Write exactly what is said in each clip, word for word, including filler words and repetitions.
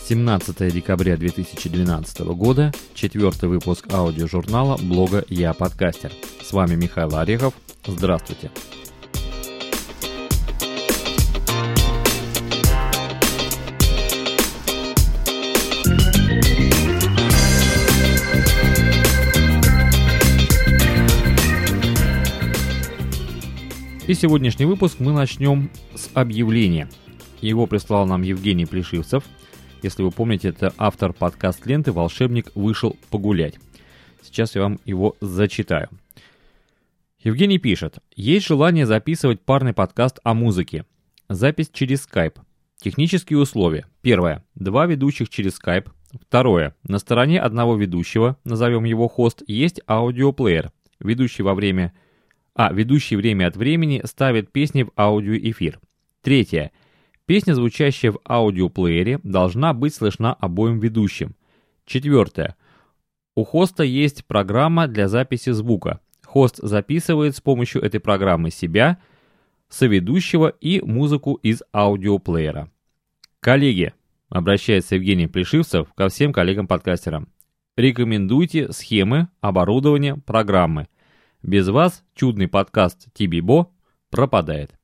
семнадцатое декабря две тысячи двенадцатого года, четвертый выпуск аудиожурнала блога «Я подкастер». С вами Михаил Орехов. Здравствуйте. И сегодняшний выпуск мы начнем с объявления. Его прислал нам Евгений Плешивцев. Если вы помните, это автор подкаст-ленты «Волшебник вышел погулять». Сейчас я вам его зачитаю. Евгений пишет: «Есть желание записывать парный подкаст о музыке. Запись через Skype. Технические условия. Первое. Два ведущих через Skype. Второе. На стороне одного ведущего, назовем его хост, есть аудиоплеер. Ведущий во время... А, ведущий время от времени ставит песни в аудиоэфир. Третье. Песня, звучащая в аудиоплеере, должна быть слышна обоим ведущим. Четвертое. У хоста есть программа для записи звука. Хост записывает с помощью этой программы себя, соведущего и музыку из аудиоплеера. Коллеги, обращается Евгений Плешивцев ко всем коллегам-подкастерам, рекомендуйте схемы, оборудование, программы. Без вас чудный подкаст Ти-Би-Бо пропадает.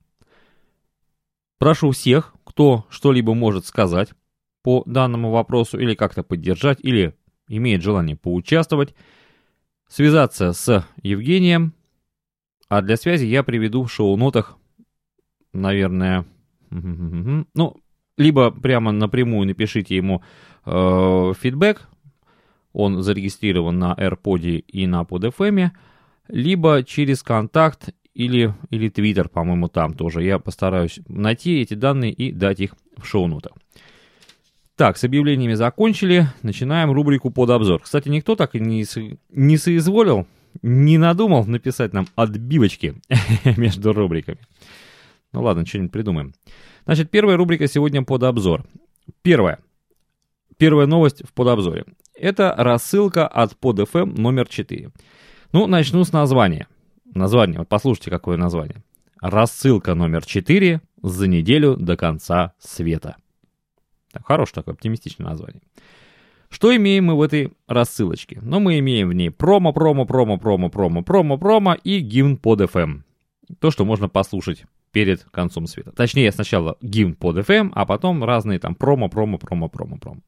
Прошу всех, кто что-либо может сказать по данному вопросу или как-то поддержать, или имеет желание поучаствовать, связаться с Евгением, а для связи я приведу в шоу-нотах, наверное, ну, либо прямо напрямую напишите ему э, фидбэк, он зарегистрирован на AirPod и на PodFM, либо через контакт или, или Twitter, по-моему, там тоже. Я постараюсь найти эти данные и дать их в шоу-нотах. Так, с объявлениями закончили. Начинаем рубрику «Под обзор». Кстати, никто так и не, со... не соизволил, не надумал написать нам отбивочки между рубриками. Ну ладно, что-нибудь придумаем. Значит, первая рубрика сегодня «Под обзор». Первая. Первая новость в «Под обзоре». Это рассылка от PodFM номер четыре. Ну, начну с названия. Название, вот послушайте, какое название. Рассылка номер четыре за неделю до конца света. Так, хорошее такое оптимистичное название. Что имеем мы в этой рассылочке? Ну, мы имеем в ней промо, промо, промо, промо, промо, промо, промо и гимн PodFM. То, что можно послушать перед концом света. Точнее, сначала гимн PodFM, а потом разные там промо, промо, промо, промо, промо.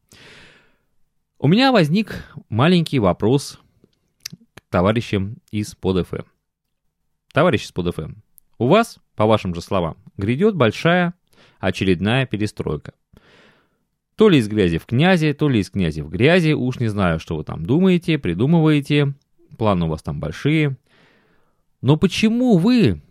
У меня возник маленький вопрос к товарищам из PodFM. Товарищи из PodFM, у вас, по вашим же словам, грядет большая очередная перестройка. То ли из грязи в князи, то ли из князи в грязи, уж не знаю, что вы там думаете, придумываете, планы у вас там большие. Но почему вы...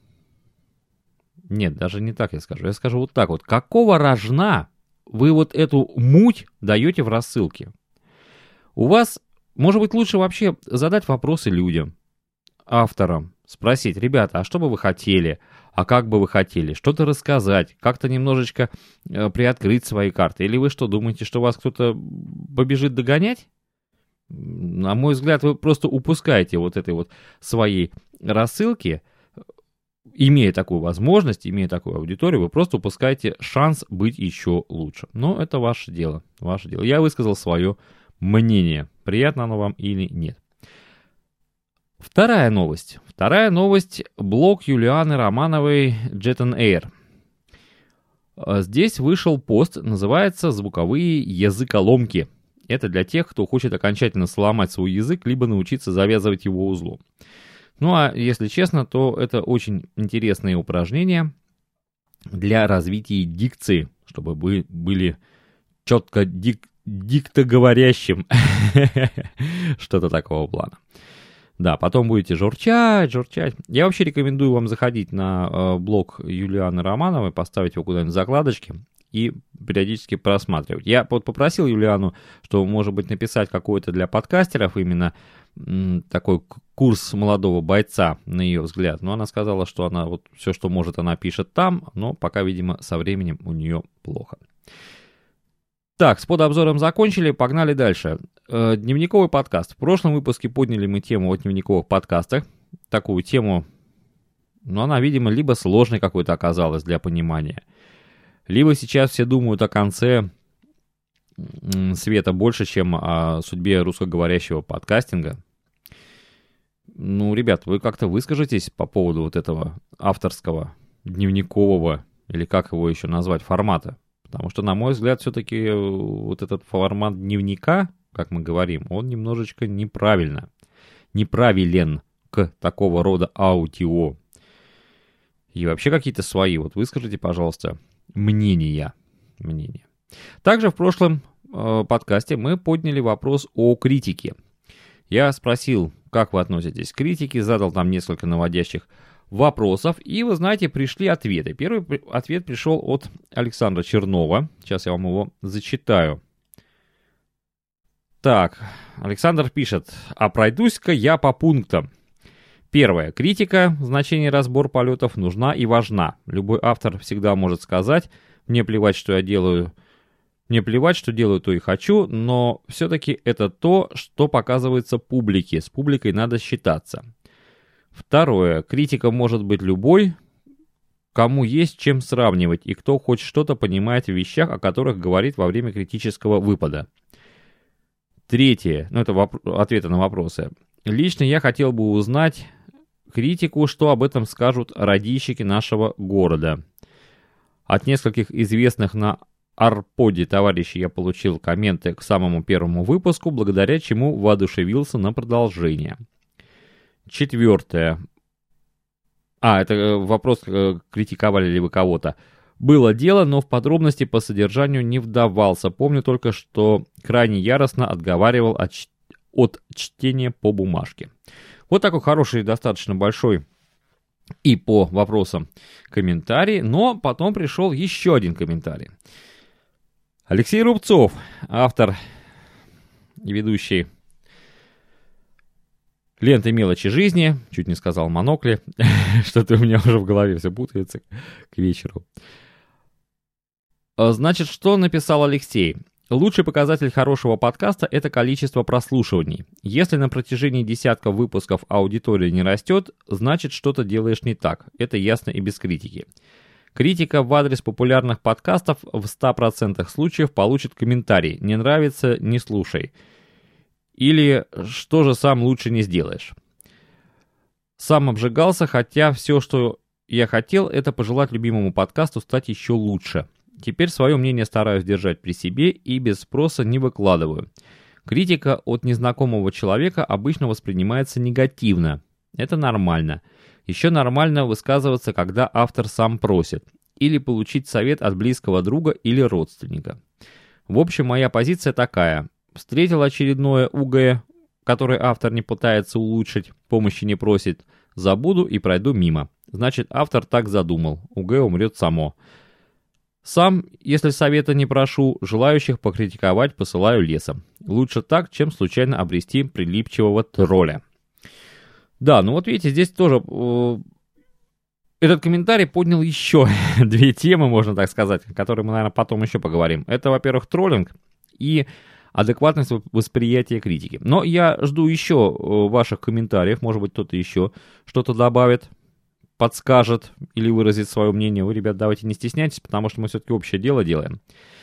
Нет, даже не так я скажу, я скажу вот так вот. Какого рожна вы вот эту муть даете в рассылке? У вас, может быть, лучше вообще задать вопросы людям, авторам, спросить: ребята, а что бы вы хотели, а как бы вы хотели, что-то рассказать, как-то немножечко э, приоткрыть свои карты, или вы что, думаете, что вас кто-то побежит догонять? На мой взгляд, вы просто упускаете вот этой вот своей рассылки, имея такую возможность, имея такую аудиторию, вы просто упускаете шанс быть еще лучше. Но это ваше дело, ваше дело. Я высказал свое мнение, приятно оно вам или нет. Вторая новость. Вторая новость. Блог Юлианы Романовой Jet and Air. Здесь вышел пост, называется «Звуковые языколомки». Это для тех, кто хочет окончательно сломать свой язык, либо научиться завязывать его узлом. Ну а если честно, то это очень интересные упражнения для развития дикции, чтобы вы были четко дик, диктоговорящим. Что-то такого плана. Да, потом будете журчать, журчать. Я вообще рекомендую вам заходить на э, блог Юлианы Романовой, поставить его куда-нибудь в закладочки и периодически просматривать. Я вот попросил Юлиану, что, может быть, написать какой-то для подкастеров именно м, такой курс молодого бойца, на ее взгляд. Но она сказала, что она вот все, что может, она пишет там, но пока, видимо, со временем у нее плохо. Так, с подобзором закончили, погнали дальше. Э, дневниковый подкаст. В прошлом выпуске подняли мы тему о дневниковых подкастах. Такую тему, ну, она, видимо, либо сложной какой-то оказалась для понимания, либо сейчас все думают о конце света больше, чем о судьбе русскоговорящего подкастинга. Ну, ребят, вы как-то выскажитесь по поводу вот этого авторского, дневникового, или как его еще назвать, формата. Потому что, на мой взгляд, все-таки вот этот формат дневника, как мы говорим, он немножечко неправильно, неправилен к такого рода аудио. И вообще какие-то свои, вот выскажите, пожалуйста, мнения. мнения. Также в прошлом э, подкасте мы подняли вопрос о критике. Я спросил, как вы относитесь к критике, задал там несколько наводящих вопросов, и, вы знаете, пришли ответы. Первый ответ пришел от Александра Чернова. Сейчас я вам его зачитаю. Так, Александр пишет: а пройдусь-ка я по пунктам. Первое. Критика, значение разбор полетов, нужна и важна. Любой автор всегда может сказать: мне плевать, что я делаю, мне плевать, что делаю, то и хочу, но все-таки это то, что показывается публике. С публикой надо считаться. Второе. Критика может быть любой, кому есть чем сравнивать, и кто хоть что-то понимает в вещах, о которых говорит во время критического выпада. Третье. Ну, это воп- ответы на вопросы. Лично я хотел бы узнать критику, что об этом скажут радищики нашего города. От нескольких известных на Арподе товарищей я получил комменты к самому первому выпуску, благодаря чему воодушевился на продолжение. Четвертое. А, это вопрос, критиковали ли вы кого-то. Было дело, но в подробности по содержанию не вдавался. Помню только, что крайне яростно отговаривал от, ч... от чтения по бумажке. Вот такой хороший, достаточно большой и по вопросам комментарий. Но потом пришел еще один комментарий. Алексей Рубцов, автор и ведущий ленты «Мелочи жизни», чуть не сказал «Монокли», что-то у меня уже в голове все путается к вечеру. Значит, что написал Алексей? Лучший показатель хорошего подкаста – это количество прослушиваний. Если на протяжении десятков выпусков аудитория не растет, значит, что-то делаешь не так. Это ясно и без критики. Критика в адрес популярных подкастов в ста процентах случаев получит комментарий «Не нравится – не слушай». Или «Что же сам лучше не сделаешь». Сам обжигался, хотя все, что я хотел, это пожелать любимому подкасту стать еще лучше. Теперь свое мнение стараюсь держать при себе и без спроса не выкладываю. Критика от незнакомого человека обычно воспринимается негативно. Это нормально. Еще нормально высказываться, когда автор сам просит. Или получить совет от близкого друга или родственника. В общем, моя позиция такая. Встретил очередное УГ, которое автор не пытается улучшить, помощи не просит, забуду и пройду мимо. Значит, автор так задумал. УГ умрет само. Сам, если совета не прошу, желающих покритиковать посылаю лесом. Лучше так, чем случайно обрести прилипчивого тролля. Да, ну вот видите, здесь тоже э, этот комментарий поднял еще две темы, можно так сказать, о которых мы, наверное, потом еще поговорим. Это, во-первых, троллинг и адекватность восприятия критики. Но я жду еще ваших комментариев, может быть, кто-то еще что-то добавит, подскажет или выразит свое мнение. Вы, ребят, давайте не стесняйтесь, потому что мы все-таки общее дело делаем.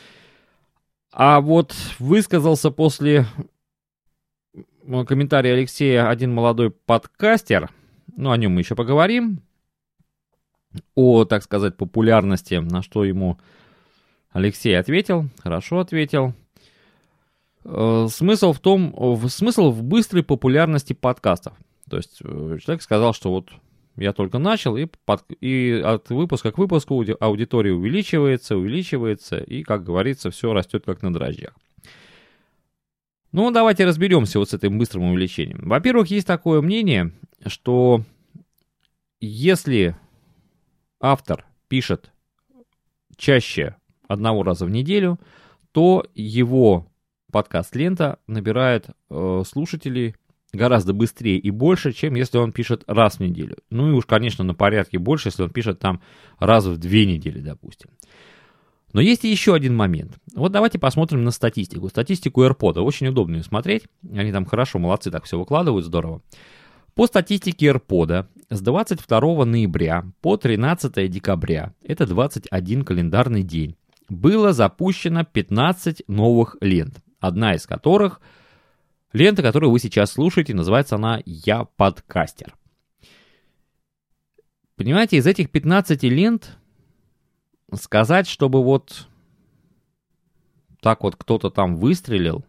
А вот высказался после комментария Алексея один молодой подкастер, ну, о нем мы еще поговорим, о, так сказать, популярности, на что ему Алексей ответил, хорошо ответил. Смысл в том, в, смысл в быстрой популярности подкастов. То есть человек сказал, что вот я только начал, и, под, и от выпуска к выпуску аудитория увеличивается, увеличивается, и, как говорится, все растет как на дрожжах. Ну, давайте разберемся вот с этим быстрым увеличением. Во-первых, есть такое мнение, что если автор пишет чаще одного раза в неделю, то его подкаст-лента набирает э, слушателей гораздо быстрее и больше, чем если он пишет раз в неделю. Ну и уж, конечно, на порядке больше, если он пишет там раз в две недели, допустим. Но есть и еще один момент. Вот давайте посмотрим на статистику. Статистику AirPod. Очень удобно ее смотреть. Они там хорошо, молодцы, так все выкладывают, здорово. По статистике AirPod с двадцать второго ноября по тринадцатое декабря, это двадцать один календарный день, было запущено пятнадцать новых лент. Одна из которых, лента, которую вы сейчас слушаете, называется она «Я подкастер». Понимаете, из этих пятнадцати лент сказать, чтобы вот так вот кто-то там выстрелил,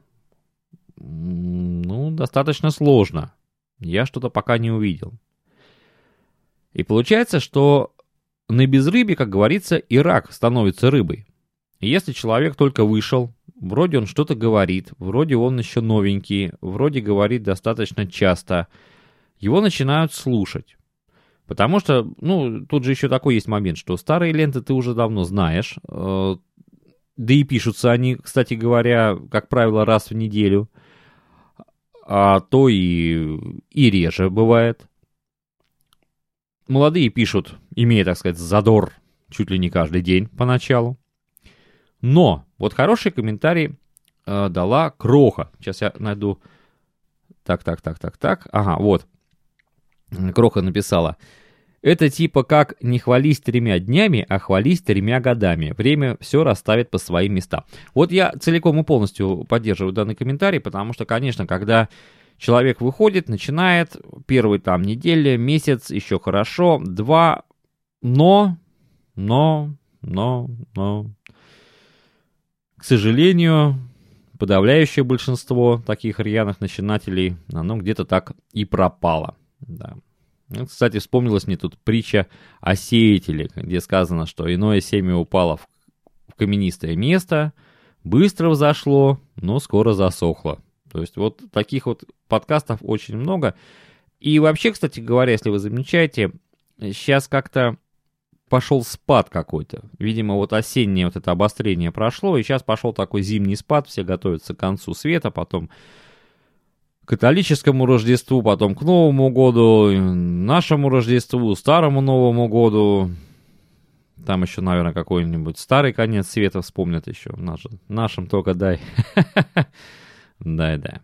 ну, достаточно сложно. Я что-то пока не увидел. И получается, что на безрыбье, как говорится, и рак становится рыбой. И если человек только вышел, вроде он что-то говорит, вроде он еще новенький, вроде говорит достаточно часто, его начинают слушать. Потому что, ну, тут же еще такой есть момент, что старые ленты ты уже давно знаешь, э, да и пишутся они, кстати говоря, как правило, раз в неделю, а то и, и реже бывает. Молодые пишут, имея, так сказать, задор чуть ли не каждый день поначалу. Но вот хороший комментарий э, дала Кроха. Сейчас я найду. Так, так, так, так, так. Ага, вот. Кроха написала. Это типа как не хвались тремя днями, а хвались тремя годами. Время все расставит по своим местам. Вот я целиком и полностью поддерживаю данный комментарий, потому что, конечно, когда человек выходит, начинает, первый там неделя, месяц, еще хорошо, два, но, но, но, но, к сожалению, подавляющее большинство таких рьяных начинателей, оно где-то так и пропало, да. Кстати, вспомнилась мне тут притча о сеятеле, где сказано, что иное семя упало в каменистое место, быстро взошло, но скоро засохло. То есть вот таких вот подкастов очень много. И вообще, кстати говоря, если вы замечаете, сейчас как-то пошел спад какой-то. Видимо, вот осеннее вот это обострение прошло, и сейчас пошел такой зимний спад, все готовятся к концу света, потом к католическому Рождеству, потом к Новому году, нашему Рождеству, старому Новому году. Там еще, наверное, какой-нибудь старый конец света вспомнят еще. Наш, нашим только дай. Дай-дай.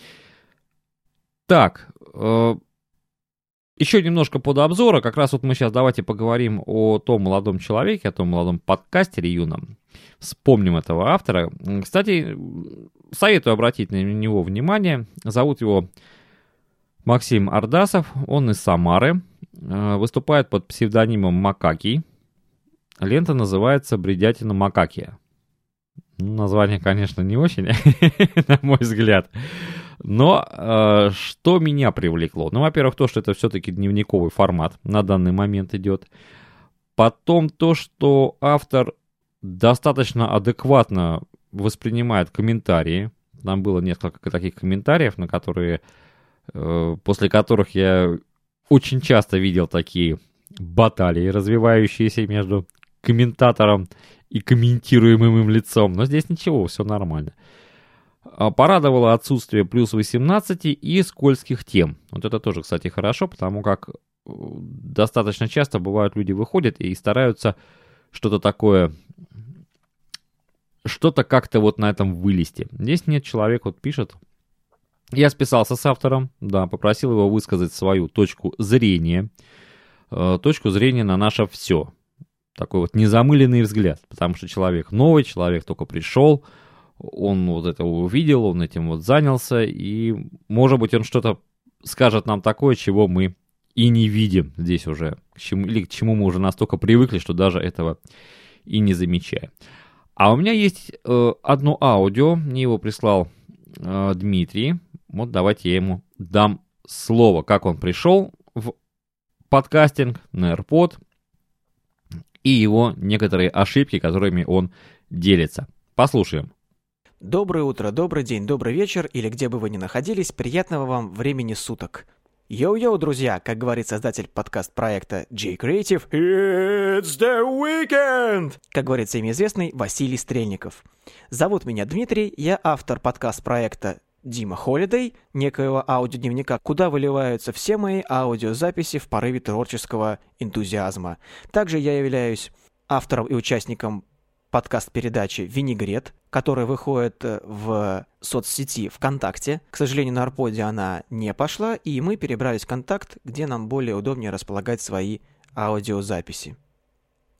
Так, э, еще немножко под обзора. Как раз вот мы сейчас давайте поговорим о том молодом человеке, о том молодом подкастере юном. Вспомним этого автора. Кстати, советую обратить на него внимание. Зовут его Максим Ардасов. Он из Самары. Э, выступает под псевдонимом Макакий. Лента называется «Бредятина Макакия». Название, конечно, не очень, на мой взгляд. Но э, что меня привлекло? Ну, во-первых, то, что это все-таки дневниковый формат на данный момент идет. Потом то, что автор достаточно адекватно воспринимает комментарии. Там было несколько таких комментариев, на которые, э, после которых я очень часто видел такие баталии, развивающиеся между комментатором и комментируемым им лицом. Но здесь ничего, все нормально. Порадовало отсутствие плюс восемнадцать и скользких тем. Вот это тоже, кстати, хорошо, потому как достаточно часто бывают люди выходят и стараются что-то такое, что-то как-то вот на этом вылезти. Здесь нет, человек вот пишет. Я списался с автором, да, попросил его высказать свою точку зрения, э, точку зрения на наше все. Такой вот незамыленный взгляд, потому что человек новый, человек только пришел, он вот это увидел, он этим вот занялся, и, может быть, он что-то скажет нам такое, чего мы и не видим здесь уже, к чему, или к чему мы уже настолько привыкли, что даже этого и не замечаем. А у меня есть э, одно аудио, мне его прислал э, Дмитрий, вот давайте я ему дам слово, как он пришел в подкастинг на AirPod, и его некоторые ошибки, которыми он делится. Послушаем. Доброе утро, добрый день, добрый вечер, или где бы вы ни находились, приятного вам времени суток. Йоу-йоу, друзья, как говорит создатель подкаст-проекта J-Creative, It's the weekend! Как говорит всем известный Василий Стрельников. Зовут меня Дмитрий, я автор подкаст-проекта Дима Холидей, некоего аудиодневника, куда выливаются все мои аудиозаписи в порыве творческого энтузиазма. Также я являюсь автором и участником подкаст-передачи «Винегрет», которая выходит в соцсети ВКонтакте. К сожалению, на Арподе она не пошла, и мы перебрались в Контакт, где нам более удобнее располагать свои аудиозаписи.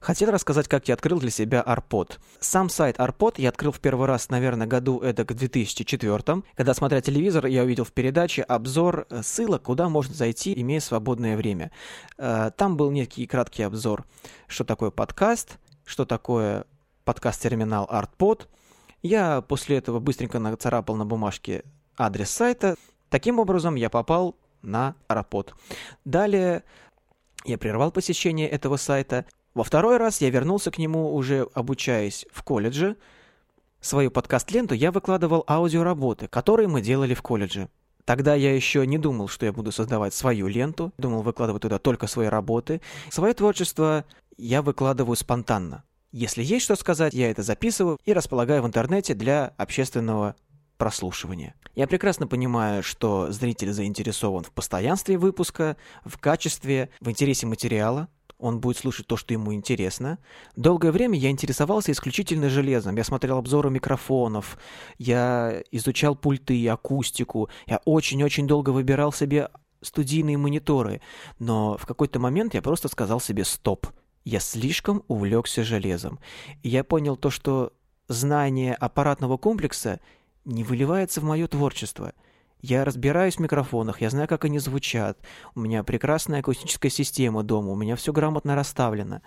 Хотел рассказать, как я открыл для себя Арпод. Сам сайт Арпод я открыл в первый раз, наверное, году эдак в две тысячи четвёртом. Когда, смотря телевизор, я увидел в передаче обзор ссылок, куда можно зайти, имея свободное время. Там был некий краткий обзор, что такое подкаст, что такое подкаст-терминал Арпод. Я после этого быстренько нацарапал на бумажке адрес сайта. Таким образом, я попал на Арпод. Далее я прервал посещение этого сайта. Во второй раз я вернулся к нему, уже обучаясь в колледже. Свою подкаст-ленту я выкладывал аудиоработы, которые мы делали в колледже. Тогда я еще не думал, что я буду создавать свою ленту. Думал выкладывать туда только свои работы. Свое творчество я выкладываю спонтанно. Если есть что сказать, я это записываю и располагаю в интернете для общественного прослушивания. Я прекрасно понимаю, что зритель заинтересован в постоянстве выпуска, в качестве, в интересе материала. Он будет слушать то, что ему интересно. Долгое время я интересовался исключительно железом. Я смотрел обзоры микрофонов, я изучал пульты, акустику. Я очень-очень долго выбирал себе студийные мониторы. Но в какой-то момент я просто сказал себе «стоп». Я слишком увлекся железом. И я понял то, что знание аппаратного комплекса не выливается в мое творчество. Я разбираюсь в микрофонах, я знаю, как они звучат. У меня прекрасная акустическая система дома, у меня все грамотно расставлено.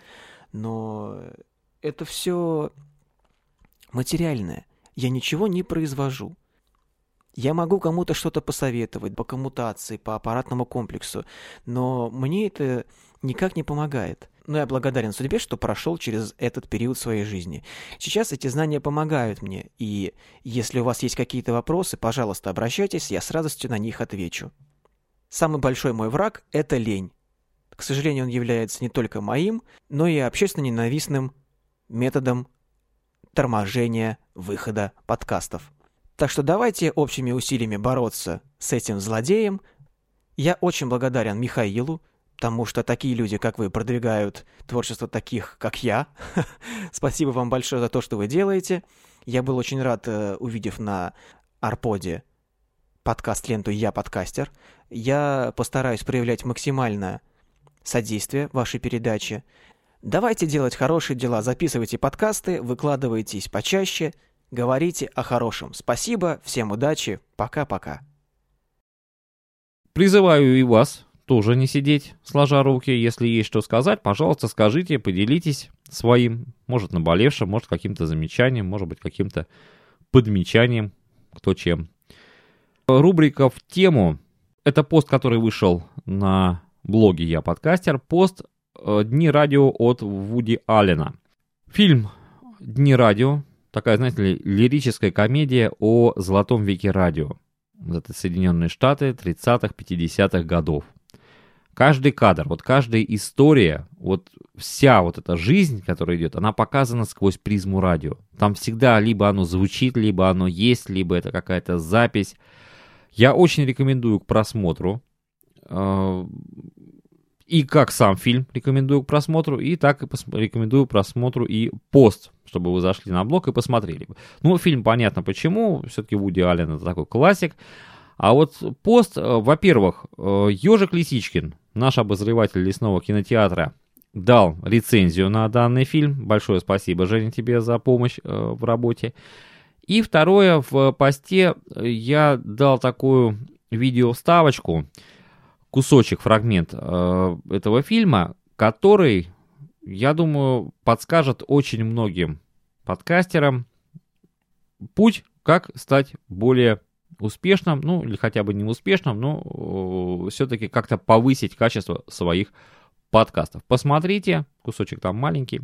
Но это все материальное. Я ничего не произвожу. Я могу кому-то что-то посоветовать по коммутации, по аппаратному комплексу, но мне это никак не помогает. Но я благодарен судьбе, что прошел через этот период своей жизни. Сейчас эти знания помогают мне, и если у вас есть какие-то вопросы, пожалуйста, обращайтесь, я с радостью на них отвечу. Самый большой мой враг – это лень. К сожалению, он является не только моим, но и общественно ненавистным методом торможения выхода подкастов. Так что давайте общими усилиями бороться с этим злодеем. Я очень благодарен Михаилу, потому что такие люди, как вы, продвигают творчество таких, как я. Спасибо вам большое за то, что вы делаете. Я был очень рад, увидев на Арподе подкаст-ленту «Я подкастер». Я постараюсь проявлять максимальное содействие вашей передаче. Давайте делать хорошие дела, записывайте подкасты, выкладывайтесь почаще, говорите о хорошем. Спасибо, всем удачи, пока-пока. Призываю и вас тоже не сидеть, сложа руки. Если есть что сказать, пожалуйста, скажите, поделитесь своим, может, наболевшим, может, каким-то замечанием, может быть, каким-то подмечанием, кто чем. Рубрика «В тему» — это пост, который вышел на блоге «Я подкастер», пост «Дни радио» от Вуди Аллена. Фильм «Дни радио», такая, знаете ли, лирическая комедия о золотом веке радио. Это Соединенные Штаты тридцатых, пятидесятых годов. Каждый кадр, вот каждая история, вот вся вот эта жизнь, которая идет, она показана сквозь призму радио. Там всегда либо оно звучит, либо оно есть, либо это какая-то запись. Я очень рекомендую к просмотру. И как сам фильм рекомендую к просмотру, и так и пос- рекомендую к просмотру и пост, чтобы вы зашли на блог и посмотрели. Ну, фильм понятно почему, все-таки Вуди Аллен это такой классик. А вот пост, во-первых, Ежик Лисичкин, наш обозреватель лесного кинотеатра, дал рецензию на данный фильм. Большое спасибо, Женя, тебе за помощь в работе. И второе, в посте я дал такую видео-вставочку, кусочек, фрагмент этого фильма, который, я думаю, подскажет очень многим подкастерам путь, как стать более успешным, ну или хотя бы не успешным, но э, все-таки как-то повысить качество своих подкастов. Посмотрите, кусочек там маленький.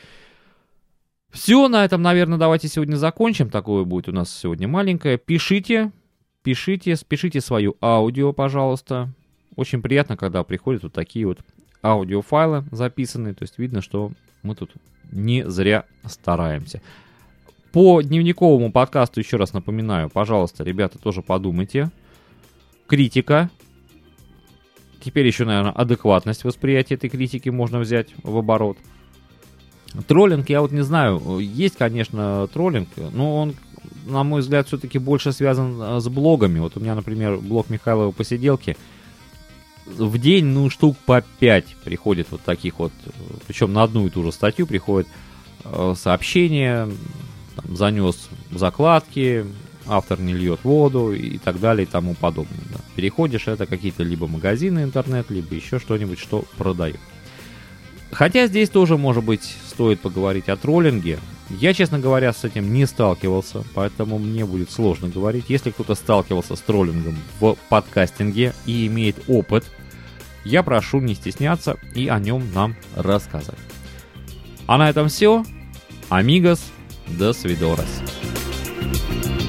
Все, на этом, наверное, давайте сегодня закончим. Такое будет у нас сегодня маленькое. Пишите, пишите, спешите свою аудио, пожалуйста. Очень приятно, когда приходят вот такие вот аудиофайлы записанные. То есть видно, что мы тут не зря стараемся. По дневниковому подкасту еще раз напоминаю, пожалуйста, ребята, тоже подумайте. Критика. Теперь еще, наверное, адекватность восприятия этой критики можно взять в оборот. Троллинг, я вот не знаю, есть, конечно, троллинг, но он, на мой взгляд, все-таки больше связан с блогами. Вот у меня, например, блог Михайлова посиделки. в день, ну, штук по пять приходит вот таких вот, причем на одну и ту же статью приходит э, сообщение, там, занес закладки, автор не льет воду и так далее и тому подобное. Да. Переходишь, это какие-то либо магазины интернет, либо еще что-нибудь, что продает. Хотя здесь тоже, может быть, стоит поговорить о троллинге. Я, честно говоря, с этим не сталкивался, поэтому мне будет сложно говорить. Если кто-то сталкивался с троллингом в подкастинге и имеет опыт, я прошу не стесняться и о нем нам рассказать. А на этом все. Амигос. До свидос.